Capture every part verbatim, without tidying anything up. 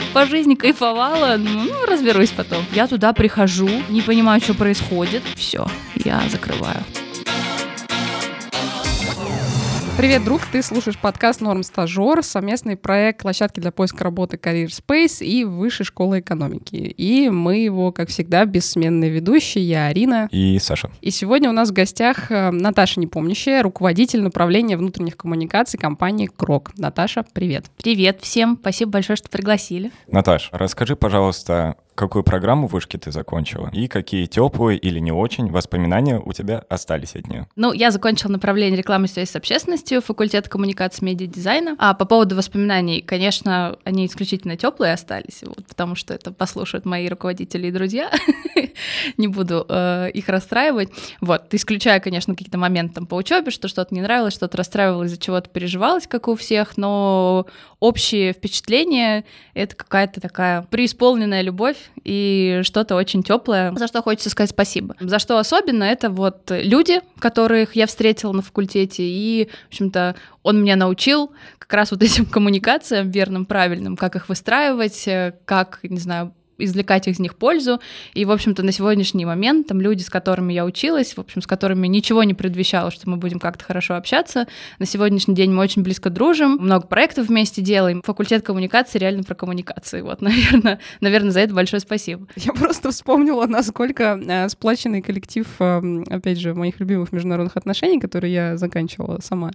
по жизни кайфовала, ну, ну, разберусь потом. Я туда прихожу, не понимаю, что происходит, все, я закрываю. Привет, друг! Ты слушаешь подкаст «Норм Стажер», совместный проект площадки для поиска работы Career Space и Высшей школы экономики. И мы его, как всегда, бессменные ведущие. Я Арина. И Саша. И сегодня у нас в гостях Наташа Непомнящая, руководитель направления внутренних коммуникаций компании Крок. Наташа, привет! Привет всем! Спасибо большое, что пригласили. Наташ, расскажи, пожалуйста, какую программу вышки ты закончила и какие теплые или не очень воспоминания у тебя остались от нее? Ну, я закончила направление рекламы и связи с общественностью, факультет коммуникации медиадизайна. А по поводу воспоминаний, конечно, они исключительно теплые остались, вот, потому что это послушают мои руководители и друзья. Не буду э, их расстраивать. Вот, исключая, конечно, какие-то моменты там по учебе, что что-то не нравилось, что-то расстраивалось, из-за чего-то переживалось, как и у всех, но общее впечатление — это какая-то такая преисполненная любовь и что-то очень теплое, за что хочется сказать спасибо. За что особенно — это вот люди, которых я встретила на факультете, и, в общем-то, он меня научил как раз вот этим коммуникациям верным, правильным, как их выстраивать, как, не знаю, извлекать из них пользу. И, в общем-то, на сегодняшний момент там люди, с которыми я училась, в общем, с которыми ничего не предвещало, что мы будем как-то хорошо общаться. На сегодняшний день мы очень близко дружим, много проектов вместе делаем. Факультет коммуникации реально про коммуникации. Вот, наверное, наверное, за это большое спасибо. Я просто вспомнила, насколько э, сплоченный коллектив, э, опять же, моих любимых международных отношений, которые я заканчивала сама.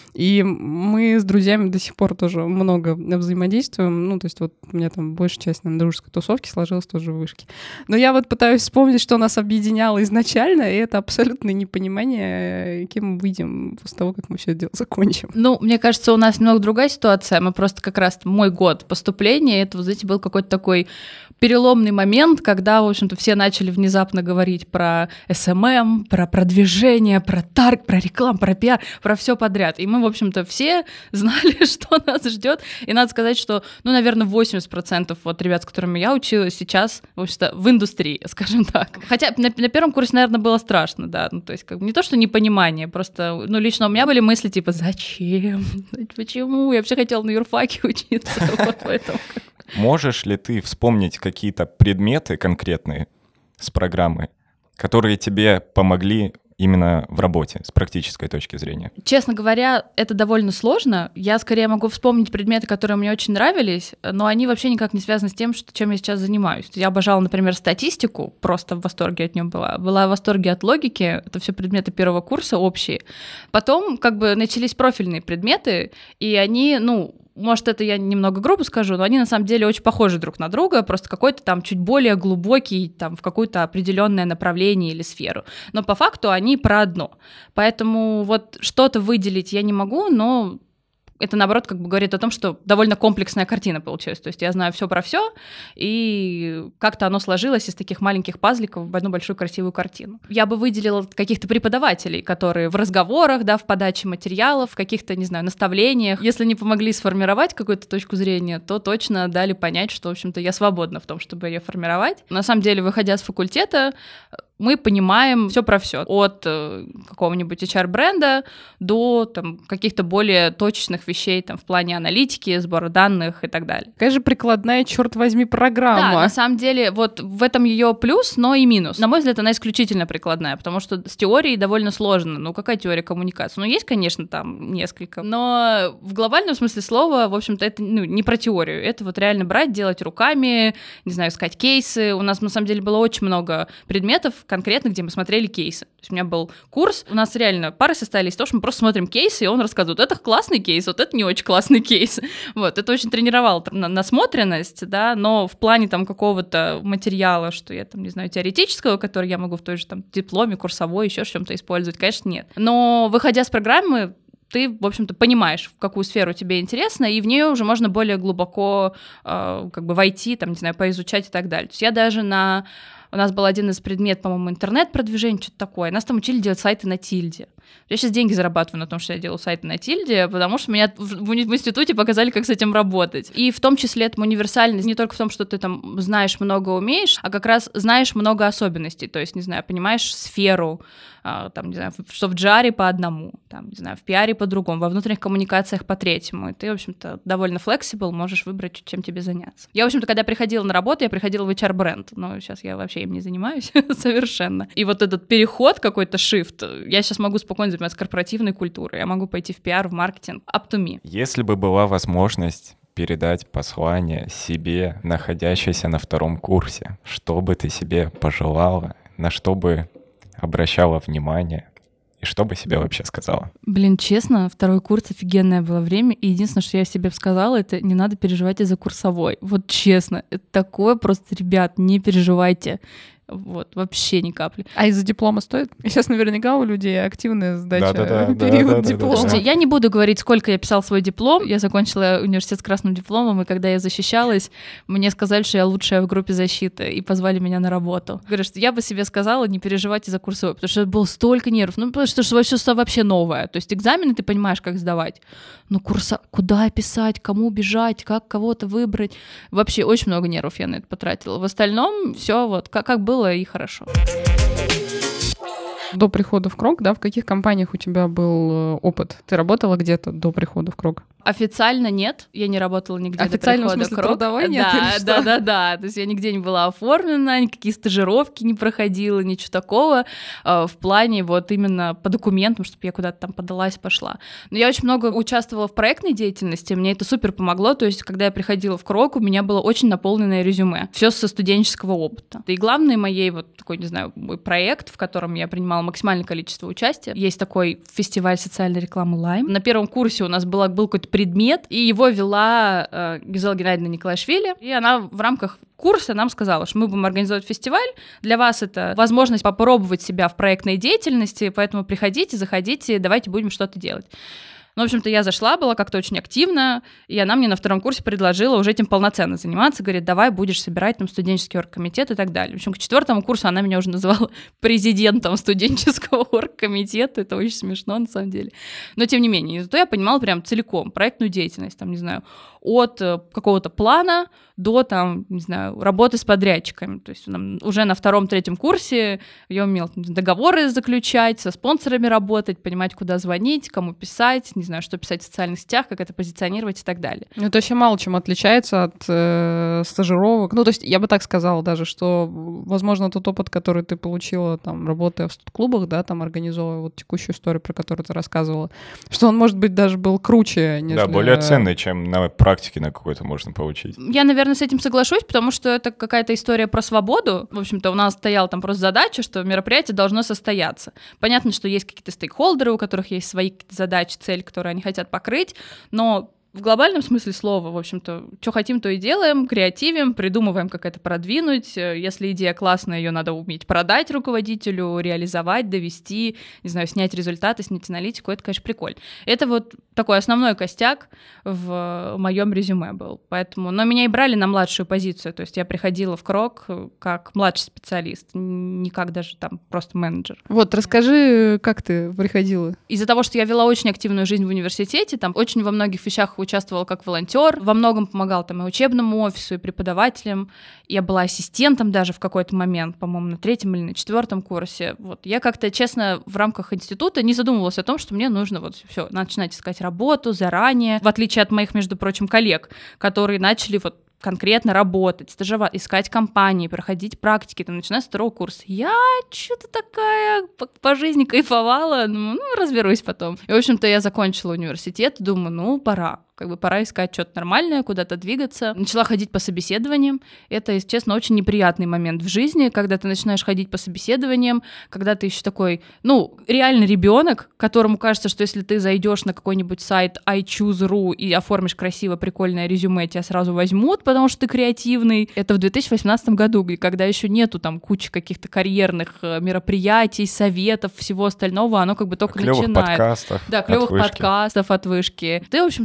И мы с друзьями до сих пор тоже много взаимодействуем. Ну, то есть вот у меня там большая часть, наверное, дружеской тусовки сложилась тоже в вышке. Но я вот пытаюсь вспомнить, что нас объединяло изначально, и это абсолютное непонимание, кем мы выйдем после того, как мы все это дело закончим. Ну, мне кажется, у нас немного другая ситуация. Мы просто как раз мой год поступления, это, вот, знаете, был какой-то такой переломный момент, когда, в общем-то, все начали внезапно говорить про эс эм эм, про продвижение, про таргет, про рекламу, про пиар, про все подряд. И мы, в общем-то, все знали, что нас ждет. И надо сказать, что, ну, наверное, восемьдесят процентов вот ребят, с которыми я училась, сейчас, в общем-то, в индустрии, скажем так. Хотя на, на первом курсе, наверное, было страшно, да. Ну, то есть, как, не то, что непонимание, просто, ну, лично у меня были мысли, типа, зачем? Почему? Я вообще хотела на юрфаке учиться. Вот поэтому. Можешь ли ты вспомнить какие-то предметы конкретные с программы, которые тебе помогли именно в работе, с практической точки зрения? Честно говоря, это довольно сложно. Я скорее могу вспомнить предметы, которые мне очень нравились, но они вообще никак не связаны с тем, что, чем я сейчас занимаюсь. Я обожала, например, статистику, просто в восторге от нее была. Была в восторге от логики, это все предметы первого курса общие. Потом как бы начались профильные предметы, и они, ну, может, это я немного грубо скажу, но они на самом деле очень похожи друг на друга, просто какой-то там чуть более глубокий, там, в какое-то определенное направление или сферу. Но по факту они про одно. Поэтому вот что-то выделить я не могу, но это, наоборот, как бы говорит о том, что довольно комплексная картина получилась. То есть я знаю все про все, и как-то оно сложилось из таких маленьких пазликов в одну большую красивую картину. Я бы выделила каких-то преподавателей, которые в разговорах, да, в подаче материалов, в каких-то, не знаю, наставлениях, если не помогли сформировать какую-то точку зрения, то точно дали понять, что, в общем-то, я свободна в том, чтобы ее формировать. На самом деле, выходя с факультета, мы понимаем все про все, от э, какого-нибудь эйч ар-бренда до там, каких-то более точечных вещей там, в плане аналитики, сбора данных и так далее. Какая же прикладная, черт возьми, программа. Да, на самом деле, вот в этом ее плюс, но и минус. На мой взгляд, она исключительно прикладная, потому что с теорией довольно сложно. Ну, какая теория коммуникации? Ну, есть, конечно, там несколько, но в глобальном смысле слова, в общем-то, это ну, не про теорию. Это вот реально брать, делать руками, не знаю, искать кейсы. У нас, на самом деле, было очень много предметов, конкретно, где мы смотрели кейсы. То есть у меня был курс, у нас реально пары состоялись из того, что мы просто смотрим кейсы, и он рассказывает, вот это классный кейс, вот это не очень классный кейс. Вот, это очень тренировало насмотренность, да, но в плане там какого-то материала, что я там, не знаю, теоретического, который я могу в той же там дипломе, курсовой, еще в чем-то использовать, конечно, нет. Но выходя с программы, ты, в общем-то, понимаешь, в какую сферу тебе интересно, и в нее уже можно более глубоко э, как бы войти, там, не знаю, поизучать и так далее. То есть я даже на У нас был один из предметов, по-моему, интернет-продвижение, что-то такое. Нас там учили делать сайты на тильде. Я сейчас деньги зарабатываю на том, что я делаю сайты на тильде, потому что меня в, в институте показали, как с этим работать. И в том числе это универсальность не только в том, что ты там знаешь много, умеешь, а как раз знаешь много особенностей. То есть, не знаю, понимаешь сферу, там, не знаю, что в джаре по одному, там, не знаю, в пиаре по другому, во внутренних коммуникациях по третьему. И ты, в общем-то, довольно flexible, можешь выбрать, чем тебе заняться. Я, в общем-то, когда приходила на работу, я приходила в эйч ар-бренд, но сейчас я вообще им не занимаюсь совершенно. И вот этот переход, какой-то shift, я сейчас могу спокойно заниматься корпоративной культурой, я могу пойти в пиар, в маркетинг, up to me. Если бы была возможность передать послание себе, находящейся на втором курсе, что бы ты себе пожелала, на что бы обращала внимание и что бы себе вообще сказала? Блин, честно, второй курс офигенное было время, и единственное, что я себе сказала, это не надо переживать из-за курсовой. Вот честно, это такое просто, ребят, не переживайте. Вот, вообще ни капли. А из-за диплома стоит? Сейчас наверняка у людей активная сдача Да-да-да, период да, да, диплома. да, да, да. Я не буду говорить, сколько я писал свой диплом. Я закончила университет с красным дипломом, и когда я защищалась, мне сказали, что я лучшая в группе защиты, и позвали меня на работу. Говорят, что я бы себе сказала, не переживайте за курсовой, потому что было столько нервов. Ну, потому что это что вообще новое. То есть экзамены ты понимаешь, как сдавать. Но курса... Куда писать, кому бежать, как кого-то выбрать. Вообще очень много нервов я на это потратила. В остальном все вот как, как было и хорошо. До прихода в Крок, да, в каких компаниях у тебя был опыт? Ты работала где-то до прихода в Крок? Официально нет, я не работала нигде Официально, до прихода в смысле, в Крок. трудовой нет да, или что? Да, да, да, то есть я нигде не была оформлена, никакие стажировки не проходила, ничего такого э, в плане вот именно по документам, чтобы я куда-то там подалась, пошла. Но я очень много участвовала в проектной деятельности, мне это супер помогло, то есть когда я приходила в Крок, у меня было очень наполненное резюме, все со студенческого опыта. И главный моей вот такой, не знаю, мой проект, в котором я принимала максимальное количество участия, есть такой фестиваль социальной рекламы «Лайм». На первом курсе у нас было, был какой-то предмет, и его вела э, Гюзель Геннадьевна Николашвили, и она в рамках курса нам сказала, что мы будем организовать фестиваль, для вас это возможность попробовать себя в проектной деятельности, поэтому приходите, заходите, давайте будем что-то делать. Ну, в общем-то, я зашла, была как-то очень активна, и она мне на втором курсе предложила уже этим полноценно заниматься, говорит, давай будешь собирать там студенческий оргкомитет и так далее. В общем, к четвертому курсу она меня уже называла президентом студенческого оргкомитета, это очень смешно на самом деле. Но, тем не менее, зато я понимала прям целиком проектную деятельность, там, не знаю, от какого-то плана до, там, не знаю, работы с подрядчиками. То есть там, уже на втором-третьем курсе я умела договоры заключать, со спонсорами работать, понимать, куда звонить, кому писать, не знаю, что писать в социальных сетях, как это позиционировать и так далее. Ну, это вообще мало чем отличается от э, стажировок. Ну, то есть я бы так сказала даже, что, возможно, тот опыт, который ты получила, там, работая в студ-клубах, да, там, организовывая вот текущую историю, про которую ты рассказывала, что он, может быть, даже был круче, нежели... Да, более ценный, чем на практике на какой-то можно получить. Я, наверное, с этим соглашусь, потому что это какая-то история про свободу. В общем-то, у нас стояла там просто задача, что мероприятие должно состояться. Понятно, что есть какие-то стейкхолдеры, у которых есть свои задачи, цели, которые они хотят покрыть, но в глобальном смысле слова, в общем-то, что хотим, то и делаем, креативим, придумываем, как это продвинуть. Если идея классная, ее надо уметь продать руководителю, реализовать, довести, не знаю, снять результаты, снять аналитику, это, конечно, прикольно. Это вот такой основной костяк в моем резюме был. Поэтому, но меня и брали на младшую позицию, то есть я приходила в Крок как младший специалист, не как даже там просто менеджер. Вот, расскажи, как ты приходила? Из-за того, что я вела очень активную жизнь в университете, там очень во многих вещах участвовала как волонтер, во многом помогал там и учебному офису, и преподавателям. Я была ассистентом даже в какой-то момент, по-моему, на третьем или на четвертом курсе. Вот. Я как-то, честно, в рамках института не задумывалась о том, что мне нужно вот все начинать искать работу заранее, в отличие от моих, между прочим, коллег, которые начали вот конкретно работать, стажевать, искать компании, проходить практики, там, начиная с второго курса. Я что-то такая по, по жизни кайфовала, ну, ну, разберусь потом. И, в общем-то, я закончила университет, думаю, ну, пора. Как бы пора искать что-то нормальное, куда-то двигаться. Начала ходить по собеседованиям. Это, если честно, очень неприятный момент в жизни, когда ты начинаешь ходить по собеседованиям, когда ты еще такой, ну, реально ребенок, которому кажется, что если ты зайдешь на какой-нибудь сайт ай чуз точка ру и оформишь красиво прикольное резюме, тебя сразу возьмут, потому что ты креативный. Это в две тысячи восемнадцатом году, когда еще нету там кучи каких-то карьерных мероприятий, советов, всего остального, оно как бы только клёвых начинает. Подкастов да, клевых от вышки. подкастов от вышки. Ты, в общем-то, ходишь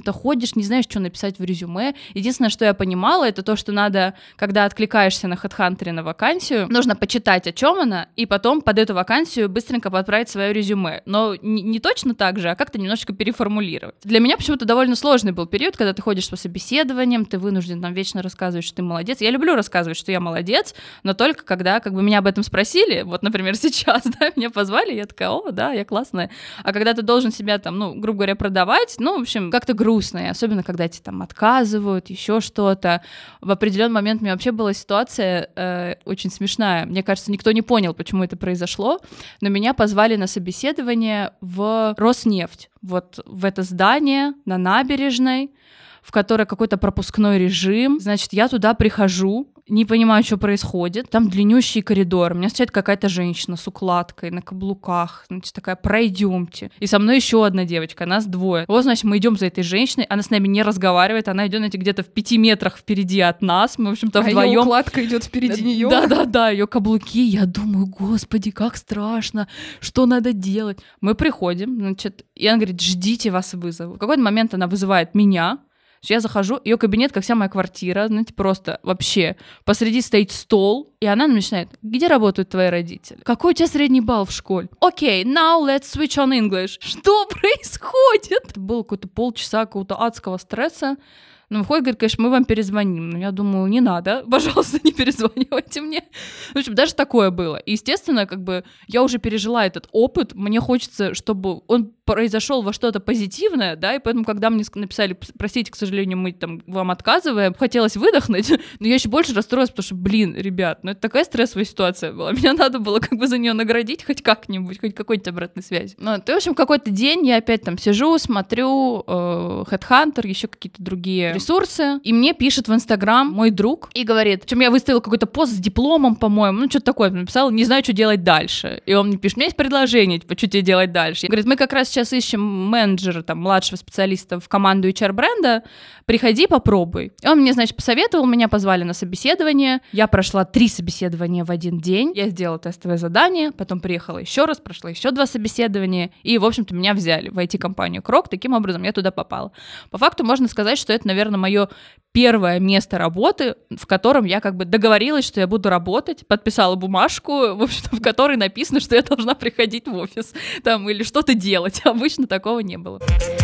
приходишь, не знаешь, что написать в резюме. Единственное, что я понимала, это то, что надо, когда откликаешься на HeadHunter на вакансию, нужно почитать, о чем она, и потом под эту вакансию быстренько подправить свое резюме. Но не, не точно так же, а как-то немножечко переформулировать. Для меня почему-то довольно сложный был период, когда ты ходишь по собеседованиям, ты вынужден там вечно рассказывать, что ты молодец. Я люблю рассказывать, что я молодец, но только когда как бы меня об этом спросили, вот, например, сейчас, да, меня позвали, я такая, о, да, я классная. А когда ты должен себя там, ну, грубо говоря, продавать, ну, в общем, как-то грустно, и особенно когда тебе там отказывают, еще что-то. В определенный момент у меня вообще была ситуация э, очень смешная. Мне кажется, никто не понял, почему это произошло, но меня позвали на собеседование в Роснефть, вот в это здание на набережной, в которой какой-то пропускной режим. Значит, я туда прихожу, не понимаю, что происходит. Там длиннющий коридор. Меня встречает какая-то женщина с укладкой на каблуках. Значит, такая, пройдемте. И со мной еще одна девочка, нас двое. Вот, значит, мы идем за этой женщиной, она с нами не разговаривает, она идет, знаете, где-то в пяти метрах впереди от нас. Мы, в общем-то, вдвоем. А ее укладка идет впереди нее. Да-да-да, ее каблуки. Я думаю, господи, как страшно, что надо делать? Мы приходим, значит, и она говорит, ждите, вас вызову. В какой-то момент она вызывает меня. Я захожу, ее кабинет, как вся моя квартира, знаете, просто вообще посреди стоит стол, и она начинает, где работают твои родители? Какой у тебя средний балл в школе? Окей, okay, now let's switch on English. Что происходит? Это было какое-то полчаса какого-то адского стресса. Ну, выходит, говорит, конечно, мы вам перезвоним. Но я думаю, не надо, пожалуйста, не перезванивайте мне. В общем, даже такое было. И, естественно, как бы я уже пережила этот опыт, мне хочется, чтобы он произошел во что-то позитивное, да, и поэтому, когда мне написали, простите, к сожалению, мы там вам отказываем, хотелось выдохнуть, но я еще больше расстроилась, потому что, блин, ребят, ну это такая стрессовая ситуация была, меня надо было как бы за нее наградить хоть как-нибудь, хоть какой-то обратной связи. Ну, то, в общем, какой-то день я опять там сижу, смотрю э, HeadHunter, еще какие-то другие ресурсы, и мне пишет в Инстаграм мой друг и говорит, причем я выставила какой-то пост с дипломом, по-моему, ну что-то такое, написала, не знаю, что делать дальше. И он мне пишет, у меня есть предложение, типа, что тебе делать дальше. И говорит, мы как раз сейчас ищем менеджера, там, младшего специалиста в команду эйч ар-бренда, приходи, попробуй. И он мне, значит, посоветовал, меня позвали на собеседование, я прошла три собеседования в один день, я сделала тестовое задание, потом приехала еще раз, прошла еще два собеседования, и, в общем-то, меня взяли в ай ти-компанию Крок, таким образом я туда попала. По факту можно сказать, что это, наверное, мое первое место работы, в котором я как бы договорилась, что я буду работать, подписала бумажку, в общем-то, в которой написано, что я должна приходить в офис там или что-то делать. Обычно такого не было.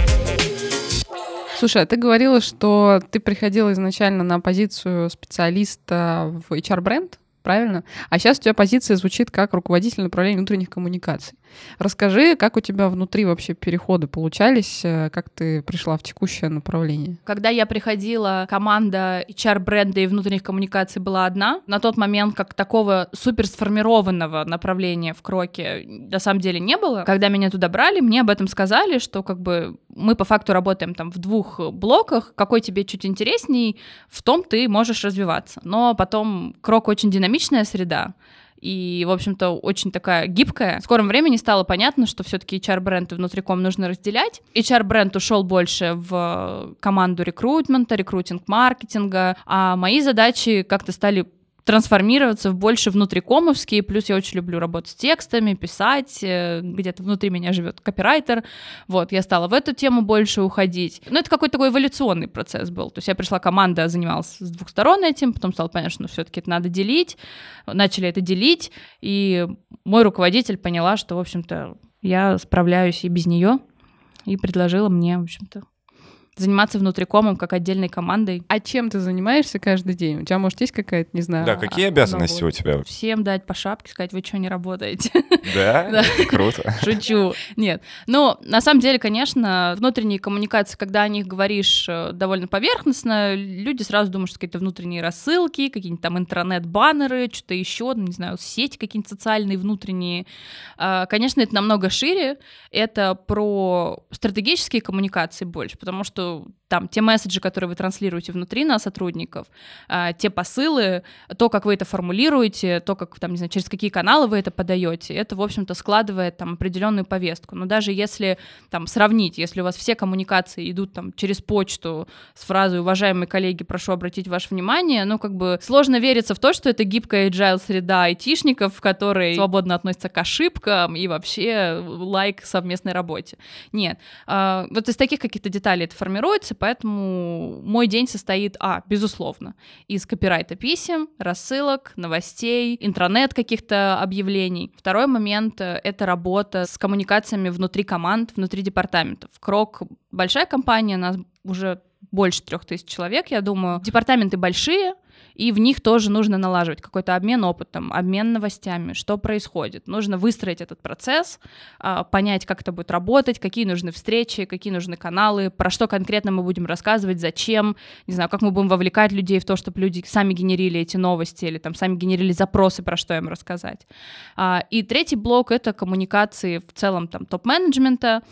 Слушай, а ты говорила, что ты приходила изначально на позицию специалиста в эйч ар-бренд, правильно? А сейчас у тебя позиция звучит как руководитель направления внутренних коммуникаций. Расскажи, как у тебя внутри вообще переходы получались, как ты пришла в текущее направление? Когда я приходила, команда эйч ар-бренда и внутренних коммуникаций была одна. На тот момент как такого супер сформированного направления в Кроке на самом деле не было. Когда меня туда брали, мне об этом сказали, что как бы мы по факту работаем там в двух блоках, какой тебе чуть интересней, в том ты можешь развиваться. Но потом Крок очень динамичная среда, и, в общем-то, очень такая гибкая. В скором времени стало понятно, что все-таки эйч ар-бренд и внутриком нужно разделять. эйч ар-бренд ушел больше в команду рекрутмента, рекрутинг-маркетинга, а мои задачи как-то стали трансформироваться в больше внутрикомовские, плюс я очень люблю работать с текстами, писать, где-то внутри меня живет копирайтер, вот, я стала в эту тему больше уходить. Но это какой-то такой эволюционный процесс был, то есть я пришла, команда занималась с двух сторон этим, потом стало понятно, что все-таки это надо делить, начали это делить, и мой руководитель поняла, что, в общем-то, я справляюсь и без нее, и предложила мне, в общем-то, заниматься внутрикомом как отдельной командой. А чем ты занимаешься каждый день? У тебя, может, есть какая-то, не знаю... Да, какие обязанности у тебя? Всем дать по шапке, сказать, вы что, не работаете? Да? Круто. Шучу. Нет. Ну, на самом деле, конечно, внутренние коммуникации, когда о них говоришь довольно поверхностно, люди сразу думают, что какие-то внутренние рассылки, какие-нибудь там интернет-баннеры, что-то еще, не знаю, сети какие-нибудь социальные, внутренние. Конечно, это намного шире. Это про стратегические коммуникации больше, потому что там те месседжи, которые вы транслируете внутри на сотрудников, э, те посылы, то, как вы это формулируете, то, как, там, не знаю, через какие каналы вы это подаете, это, в общем-то, складывает там определенную повестку. Но даже если там сравнить, если у вас все коммуникации идут там через почту с фразой «Уважаемые коллеги, прошу обратить ваше внимание», ну, как бы сложно вериться в то, что это гибкая agile среда айтишников, в которой свободно относятся к ошибкам и вообще лайк совместной работе. Нет. Э, вот из таких каких-то деталей это формируется. формируется, поэтому мой день состоит, а, безусловно, из копирайта писем, рассылок, новостей, интранет каких-то объявлений. Второй момент — это работа с коммуникациями внутри команд, внутри департаментов. Крок — большая компания, у нас уже больше трех тысяч человек, я думаю. Департаменты большие, и в них тоже нужно налаживать какой-то обмен опытом, обмен новостями, что происходит. Нужно выстроить этот процесс, понять, как это будет работать, какие нужны встречи, какие нужны каналы, про что конкретно мы будем рассказывать, зачем, не знаю, как мы будем вовлекать людей в то, чтобы люди сами генерили эти новости или там сами генерили запросы, про что им рассказать. И третий блок — это коммуникации в целом там топ-менеджмента,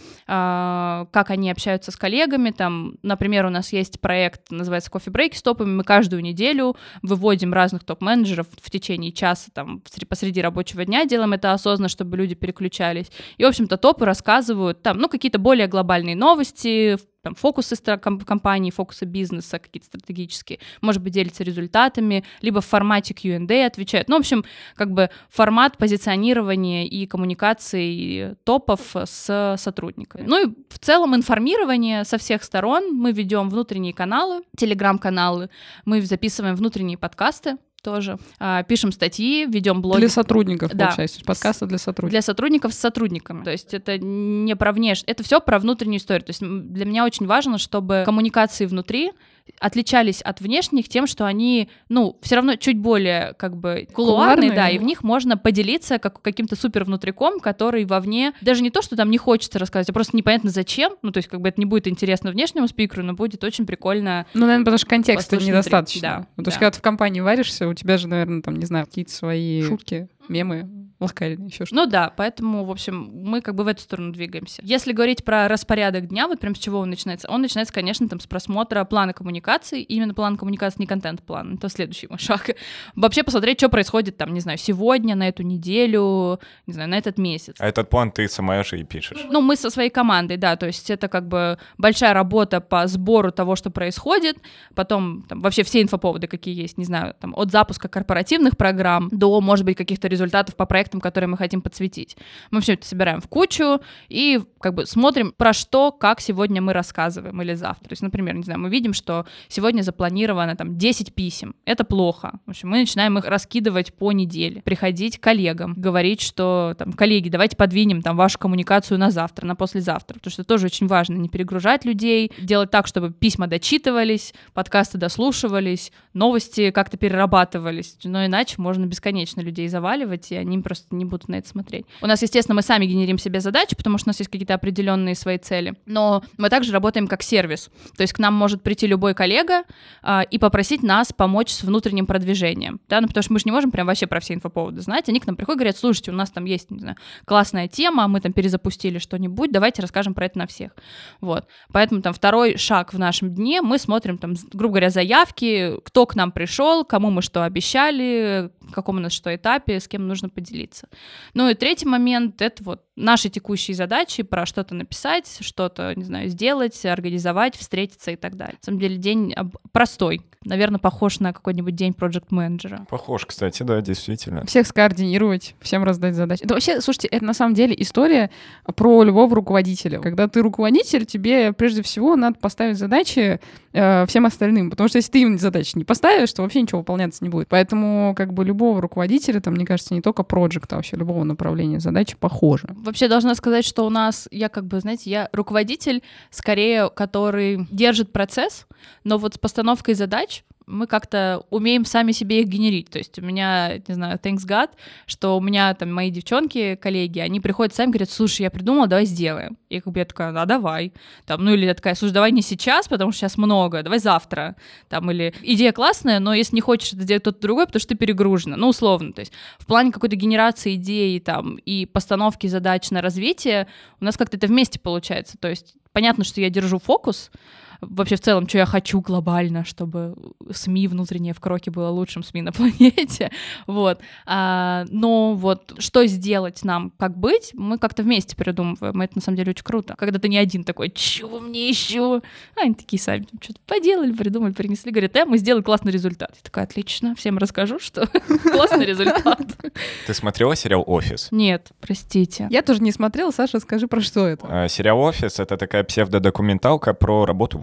как они общаются с коллегами. Там, например, у нас есть проект, называется Coffee Break с топами, мы каждую неделю выводим разных топ-менеджеров в течение часа, там, посреди рабочего дня, делаем это осознанно, чтобы люди переключались. И, в общем-то, топы рассказывают там, ну, какие-то более глобальные новости, там, фокусы компании, фокусы бизнеса какие-то стратегические, может быть, делятся результатами, либо в формате кью энд эй отвечают. Ну, в общем, как бы формат позиционирования и коммуникации топов с сотрудниками. Ну и в целом информирование со всех сторон. Мы ведем внутренние каналы, телеграм-каналы, мы записываем внутренние подкасты, тоже. А, пишем статьи, ведем блоги. Для сотрудников, да. получается. Подкасты для сотрудников. Для сотрудников с сотрудниками. То есть это не про внешнее, это все про внутреннюю историю. То есть для меня очень важно, чтобы коммуникации внутри отличались от внешних тем, что они, ну, все равно чуть более, как бы, кулуарные, да, и в них можно поделиться как, каким-то супер внутриком, который вовне, даже не то, что там не хочется рассказать, а просто непонятно зачем, ну, то есть, как бы, это не будет интересно внешнему спикеру, но будет очень прикольно. Ну, наверное, потому что контекста недостаточно. Да, потому да. что когда ты в компании варишься, у тебя же, наверное, там, не знаю, какие-то свои шутки, мемы, локальные, еще что-то. Ну да, поэтому, в общем, мы как бы в эту сторону двигаемся. Если говорить про распорядок дня, вот прям с чего он начинается? Он начинается, конечно, там с просмотра плана коммуникации, именно план коммуникации, не контент-план, это следующий мой шаг. Вообще посмотреть, что происходит там, не знаю, сегодня, на эту неделю, не знаю, на этот месяц. А этот план ты сама же и пишешь? Ну, мы со своей командой, да, то есть это как бы большая работа по сбору того, что происходит, потом там вообще все инфоповоды, какие есть, не знаю, там от запуска корпоративных программ до, может быть, каких-то результатов по проектам, которые мы хотим подсветить. Мы все это собираем в кучу и как бы смотрим, про что, как сегодня мы рассказываем или завтра. То есть, например, не знаю, мы видим, что сегодня запланировано там десять писем. Это плохо. В общем, мы начинаем их раскидывать по неделе, приходить к коллегам, говорить, что там, коллеги, давайте подвинем там вашу коммуникацию на завтра, на послезавтра, потому что тоже очень важно не перегружать людей, делать так, чтобы письма дочитывались, подкасты дослушивались, новости как-то перерабатывались, но иначе можно бесконечно людей заваливать, и они просто не будут на это смотреть. У нас, естественно, мы сами генерим себе задачи, потому что у нас есть какие-то определенные свои цели, но мы также работаем как сервис, то есть к нам может прийти любой коллега а, и попросить нас помочь с внутренним продвижением, да, ну потому что мы же не можем прям вообще про все инфоповоды знать, они к нам приходят и говорят, слушайте, у нас там есть, не знаю, классная тема, мы там перезапустили что-нибудь, давайте расскажем про это на всех, вот, поэтому там второй шаг в нашем дне, мы смотрим там, грубо говоря, заявки, кто к нам пришел, кому мы что обещали, в каком у нас что этапе, с кем нужно поделиться. Ну и третий момент — это вот наши текущие задачи, про что-то написать, что-то, не знаю, сделать, организовать, встретиться и так далее. На самом деле день простой, наверное, похож на какой-нибудь день проект-менеджера. Похож, кстати, да, действительно. Всех скоординировать, всем раздать задачи. Это вообще, слушайте, это на самом деле история про любого руководителя. Когда ты руководитель, тебе прежде всего надо поставить задачи э, всем остальным, потому что если ты им задачи не поставишь, то вообще ничего выполняться не будет. Поэтому как бы любого руководителя, там, мне кажется, не только проекта, а вообще любого направления задачи похожи. Вообще должна сказать, что у нас, я как бы, знаете, я руководитель, скорее, который держит процесс, но вот с постановкой задач мы как-то умеем сами себе их генерить. То есть у меня, не знаю, thanks God, что у меня там мои девчонки, коллеги, они приходят сами, говорят, слушай, я придумала, давай сделаем. И как бы я такая, а давай. Там, ну или я такая, слушай, давай не сейчас, потому что сейчас много, давай завтра. Там, или идея классная, но если не хочешь это сделать кто-то другой, потому что ты перегружена. Ну, условно. То есть в плане какой-то генерации идей там, и постановки задач на развитие у нас как-то это вместе получается. То есть понятно, что я держу фокус, вообще в целом, что я хочу глобально, чтобы СМИ внутреннее в Кроке было лучшим СМИ на планете, вот. А, но вот что сделать нам, как быть, мы как-то вместе придумываем, это на самом деле очень круто. Когда ты не один такой, чего мне еще? А они такие сами что-то поделали, придумали, принесли, говорят, э, мы сделали классный результат. Я такая, отлично, всем расскажу, что классный результат. Ты смотрела сериал «Офис»? Нет, простите. Я тоже не смотрела, Саша, скажи, про что это? Сериал «Офис» — это такая псевдодокументалка про работу в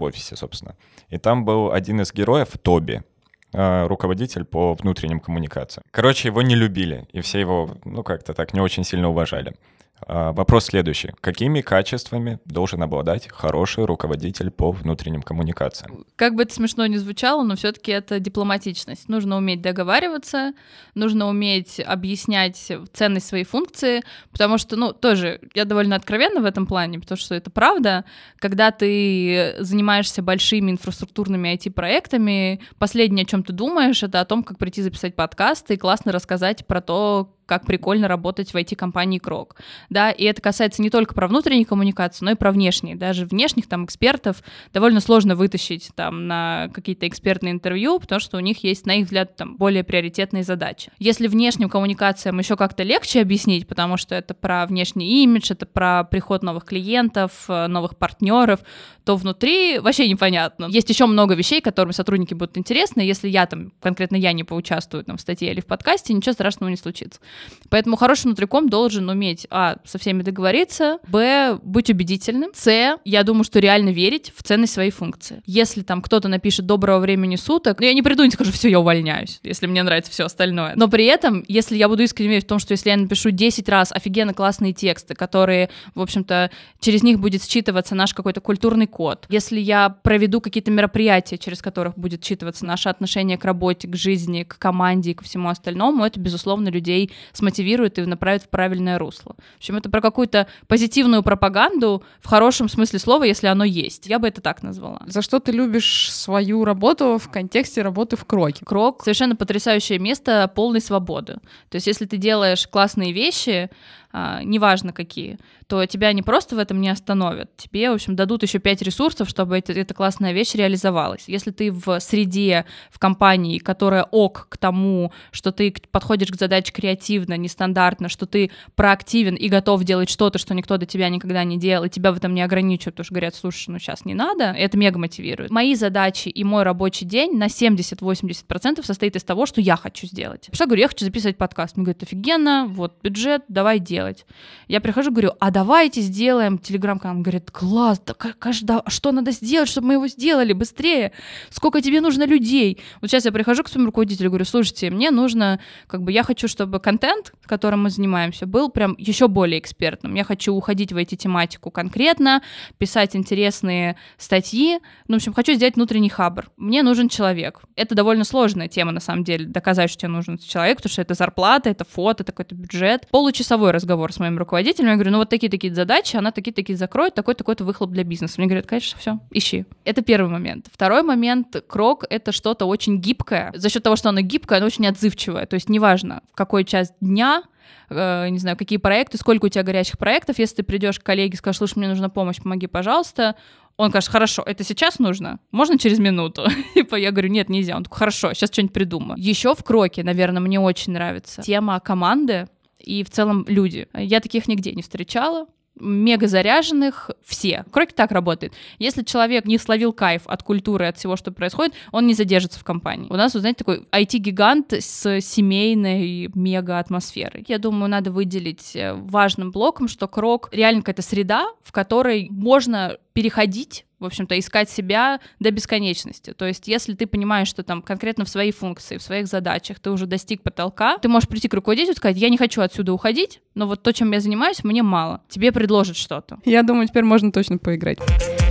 офисе, собственно. И там был один из героев, Тоби, руководитель по внутренним коммуникациям. Короче, его не любили, и все его, ну, как-то так не очень сильно уважали. Вопрос следующий. Какими качествами должен обладать хороший руководитель по внутренним коммуникациям? Как бы это смешно ни звучало, но все-таки это дипломатичность. Нужно уметь договариваться, нужно уметь объяснять ценность своей функции, потому что, ну, тоже, я довольно откровенна в этом плане, потому что это правда. Когда ты занимаешься большими инфраструктурными ай ти-проектами, последнее, о чем ты думаешь, это о том, как прийти записать подкаст и классно рассказать про то, как прикольно работать в ай ти-компании Крок. Да, и это касается не только про внутренние коммуникации, но и про внешние. Даже внешних там экспертов довольно сложно вытащить там на какие-то экспертные интервью, потому что у них есть, на их взгляд, там более приоритетные задачи. Если внешним коммуникациям еще как-то легче объяснить, потому что это про внешний имидж, это про приход новых клиентов, новых партнеров, то внутри вообще непонятно. Есть еще много вещей, которыми сотрудники будут интересны. Если я там, конкретно я не поучаствую там в статье или в подкасте, ничего страшного не случится. Поэтому хороший внутриком должен уметь, а, со всеми договориться, б, быть убедительным, с, я думаю, что реально верить в ценность своей функции. Если там кто-то напишет «доброго времени суток», ну, я не приду и не скажу «все, я увольняюсь», если мне нравится все остальное. Но при этом, если я буду искренне верить в том, что если я напишу десять раз офигенно классные тексты, которые, в общем-то, через них будет считываться наш какой-то культурный код, если я проведу какие-то мероприятия, через которых будет считываться наше отношение к работе, к жизни, к команде и ко всему остальному, это, безусловно, людей смотивирует и направит в правильное русло. В общем, это про какую-то позитивную пропаганду в хорошем смысле слова, если оно есть. Я бы это так назвала. За что ты любишь свою работу в контексте работы в Кроке? Крок — совершенно потрясающее место полной свободы. То есть если ты делаешь классные вещи, а, неважно какие, то тебя не просто в этом не остановят, тебе, в общем, дадут еще пять ресурсов, чтобы это, эта классная вещь реализовалась. Если ты в среде, в компании, которая ок к тому, что ты подходишь к задаче креативно, нестандартно, что ты проактивен и готов делать что-то, что никто до тебя никогда не делал, и тебя в этом не ограничивают, потому что говорят, слушай, ну сейчас не надо, это мега мотивирует. Мои задачи и мой рабочий день на семьдесят-восемьдесят процентов состоит из того, что я хочу сделать. Что я говорю, я хочу записывать подкаст. Мне говорят, офигенно, вот бюджет, давай делать. Я прихожу, говорю, а давайте сделаем телеграм-канал. Он говорит, класс, да, каждый, что надо сделать, чтобы мы его сделали быстрее? Сколько тебе нужно людей? Вот сейчас я прихожу к своему руководителю, говорю, слушайте, мне нужно, как бы, я хочу, чтобы контент, которым мы занимаемся, был прям еще более экспертным. Я хочу уходить в эти тематику конкретно, писать интересные статьи. Ну, в общем, хочу сделать внутренний хабр. Мне нужен человек. Это довольно сложная тема, на самом деле, доказать, что тебе нужен человек, потому что это зарплата, это фото, это какой-то бюджет. Получасовой разговор с моим руководителем. Я говорю, ну вот такие-такие задачи, она такие-такие закроет, такой-такой-то выхлоп для бизнеса. Мне говорят, конечно, все, ищи. Это первый момент. Второй момент, Крок — это что-то очень гибкое. За счет того, что оно гибкое, оно очень отзывчивое. То есть неважно, в какой час дня, э, не знаю, какие проекты, сколько у тебя горячих проектов, если ты придешь к коллеге и скажешь, слушай, мне нужна помощь, помоги, пожалуйста, он скажет, хорошо, это сейчас нужно? Можно через минуту? Типа я говорю, нет, нельзя. Он такой, хорошо, сейчас что-нибудь придумаю. Еще в Кроке, наверное, мне очень нравится тема команды и в целом люди. Я таких нигде не встречала. Мега заряженных все. Крок так работает. Если человек не словил кайф от культуры, от всего, что происходит, он не задержится в компании. У нас, вы знаете, такой ай ти-гигант с семейной мега атмосферой. Я думаю, надо выделить важным блоком, что Крок реально какая-то среда, в которой можно переходить, в общем-то, искать себя до бесконечности. То есть, если ты понимаешь, что там конкретно в своей функции, в своих задачах ты уже достиг потолка, ты можешь прийти к руководителю и сказать, я не хочу отсюда уходить, но вот то, чем я занимаюсь, мне мало. Тебе предложат что-то. Я думаю, теперь можно точно поиграть.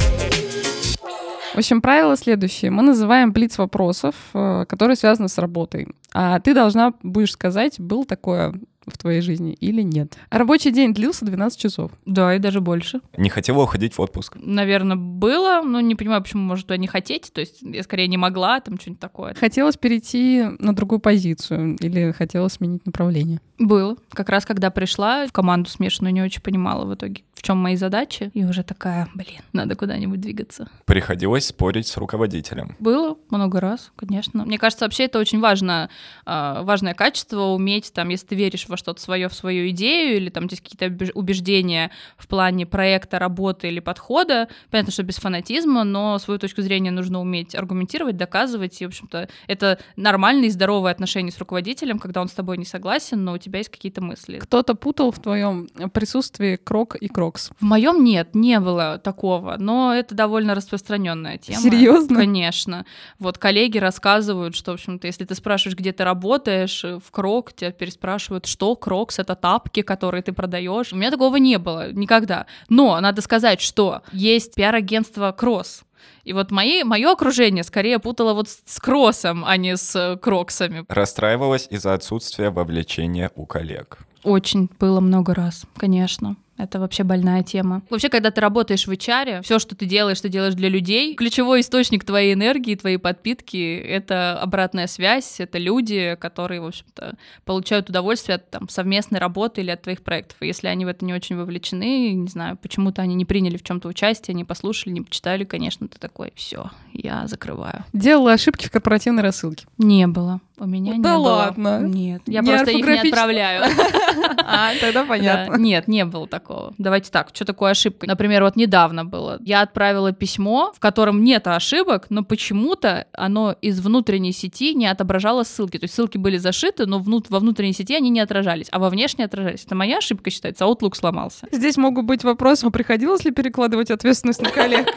В общем, правило следующее. Мы называем блиц вопросов, которые связаны с работой. А ты должна будешь сказать, был такое в твоей жизни или нет. А рабочий день длился двенадцать часов. Да, и даже больше. Не хотела уходить в отпуск? Наверное, было, но не понимаю, почему, может, туда не хотеть. То есть я скорее не могла, там что-нибудь такое. Хотелось перейти на другую позицию или хотела сменить направление? Было. Как раз когда пришла в команду смешанную, не очень понимала в итоге, в чем мои задачи. И уже такая, блин, надо куда-нибудь двигаться. Приходилось спорить с руководителем? Было много раз, конечно. Мне кажется, вообще это очень важно, важное качество, уметь, там, если ты веришь во во что-то свое, в свою идею, или там есть какие-то убеждения в плане проекта, работы или подхода. Понятно, что без фанатизма, но свою точку зрения нужно уметь аргументировать, доказывать. И, в общем-то, это нормальные и здоровые отношения с руководителем, когда он с тобой не согласен, но у тебя есть какие-то мысли. Кто-то путал в твоем присутствии крок и крокс? В моем нет, не было такого, но это довольно распространенная тема. Серьезно? Конечно. Вот коллеги рассказывают, что, в общем-то, если ты спрашиваешь, где ты работаешь, в крок, тебя переспрашивают, что крокс — это тапки, которые ты продаешь. У меня такого не было никогда. Но надо сказать, что есть пиар-агентство Кросс. И вот мои, мое окружение скорее путало вот с, с кроссом, а не с кроксами. Расстраивалась из-за отсутствия вовлечения у коллег. Очень было много раз, конечно. Это вообще больная тема. Вообще, когда ты работаешь в эйч ар, все, что ты делаешь, ты делаешь для людей. Ключевой источник твоей энергии, твоей подпитки — это обратная связь, это люди, которые, в общем-то, получают удовольствие от там, совместной работы или от твоих проектов. И если они в это не очень вовлечены, не знаю, почему-то они не приняли в чем-то участие, не послушали, не почитали, конечно, ты такой: все, я закрываю. Делала ошибки в корпоративной рассылке? Не было. У меня да не было. Ладно. Нет, я не просто их не отправляю. А, тогда понятно. Да. Нет, не было такого. Давайте так, что такое ошибка? Например, вот недавно было. Я отправила письмо, в котором нет ошибок, но почему-то оно из внутренней сети не отображало ссылки. То есть ссылки были зашиты, но внут- во внутренней сети они не отражались, а во внешней отражались. Это моя ошибка считается, Outlook сломался. Здесь могут быть вопросы, а приходилось ли перекладывать ответственность на коллег?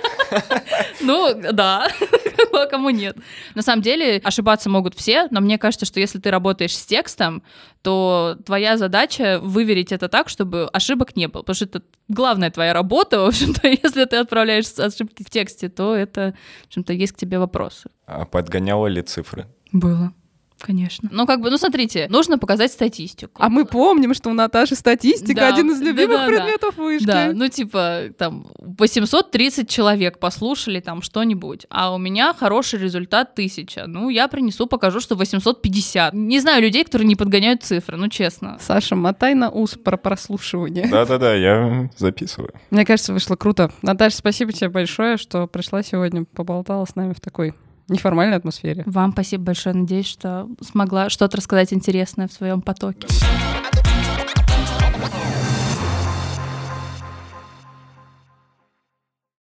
Ну, да, а кому нет. На самом деле ошибаться могут все, но мне кажется, что если ты работаешь с текстом, то твоя задача выверить это так, чтобы ошибок не было. Потому что это главная твоя работа, в общем-то. Если ты отправляешь ошибки в тексте, то это, в общем-то, есть к тебе вопросы. А подгоняла ли цифры? Было. Конечно. Ну, как бы, ну, смотрите, нужно показать статистику. А мы помним, что у Наташи статистика Да, один из любимых да, да, предметов да. вышки. Да, ну, типа, там, восемьсот тридцать человек послушали там что-нибудь, а у меня хороший результат тысяча. Ну, я принесу, покажу, что восемьсот пятьдесят. Не знаю людей, которые не подгоняют цифры, ну, честно. Саша, мотай на ус про прослушивание. Да-да-да, я записываю. Мне кажется, вышло круто. Наташа, спасибо тебе большое, что пришла сегодня, поболтала с нами в такой неформальной атмосфере. Вам спасибо большое. Надеюсь, что смогла что-то рассказать интересное в своем потоке.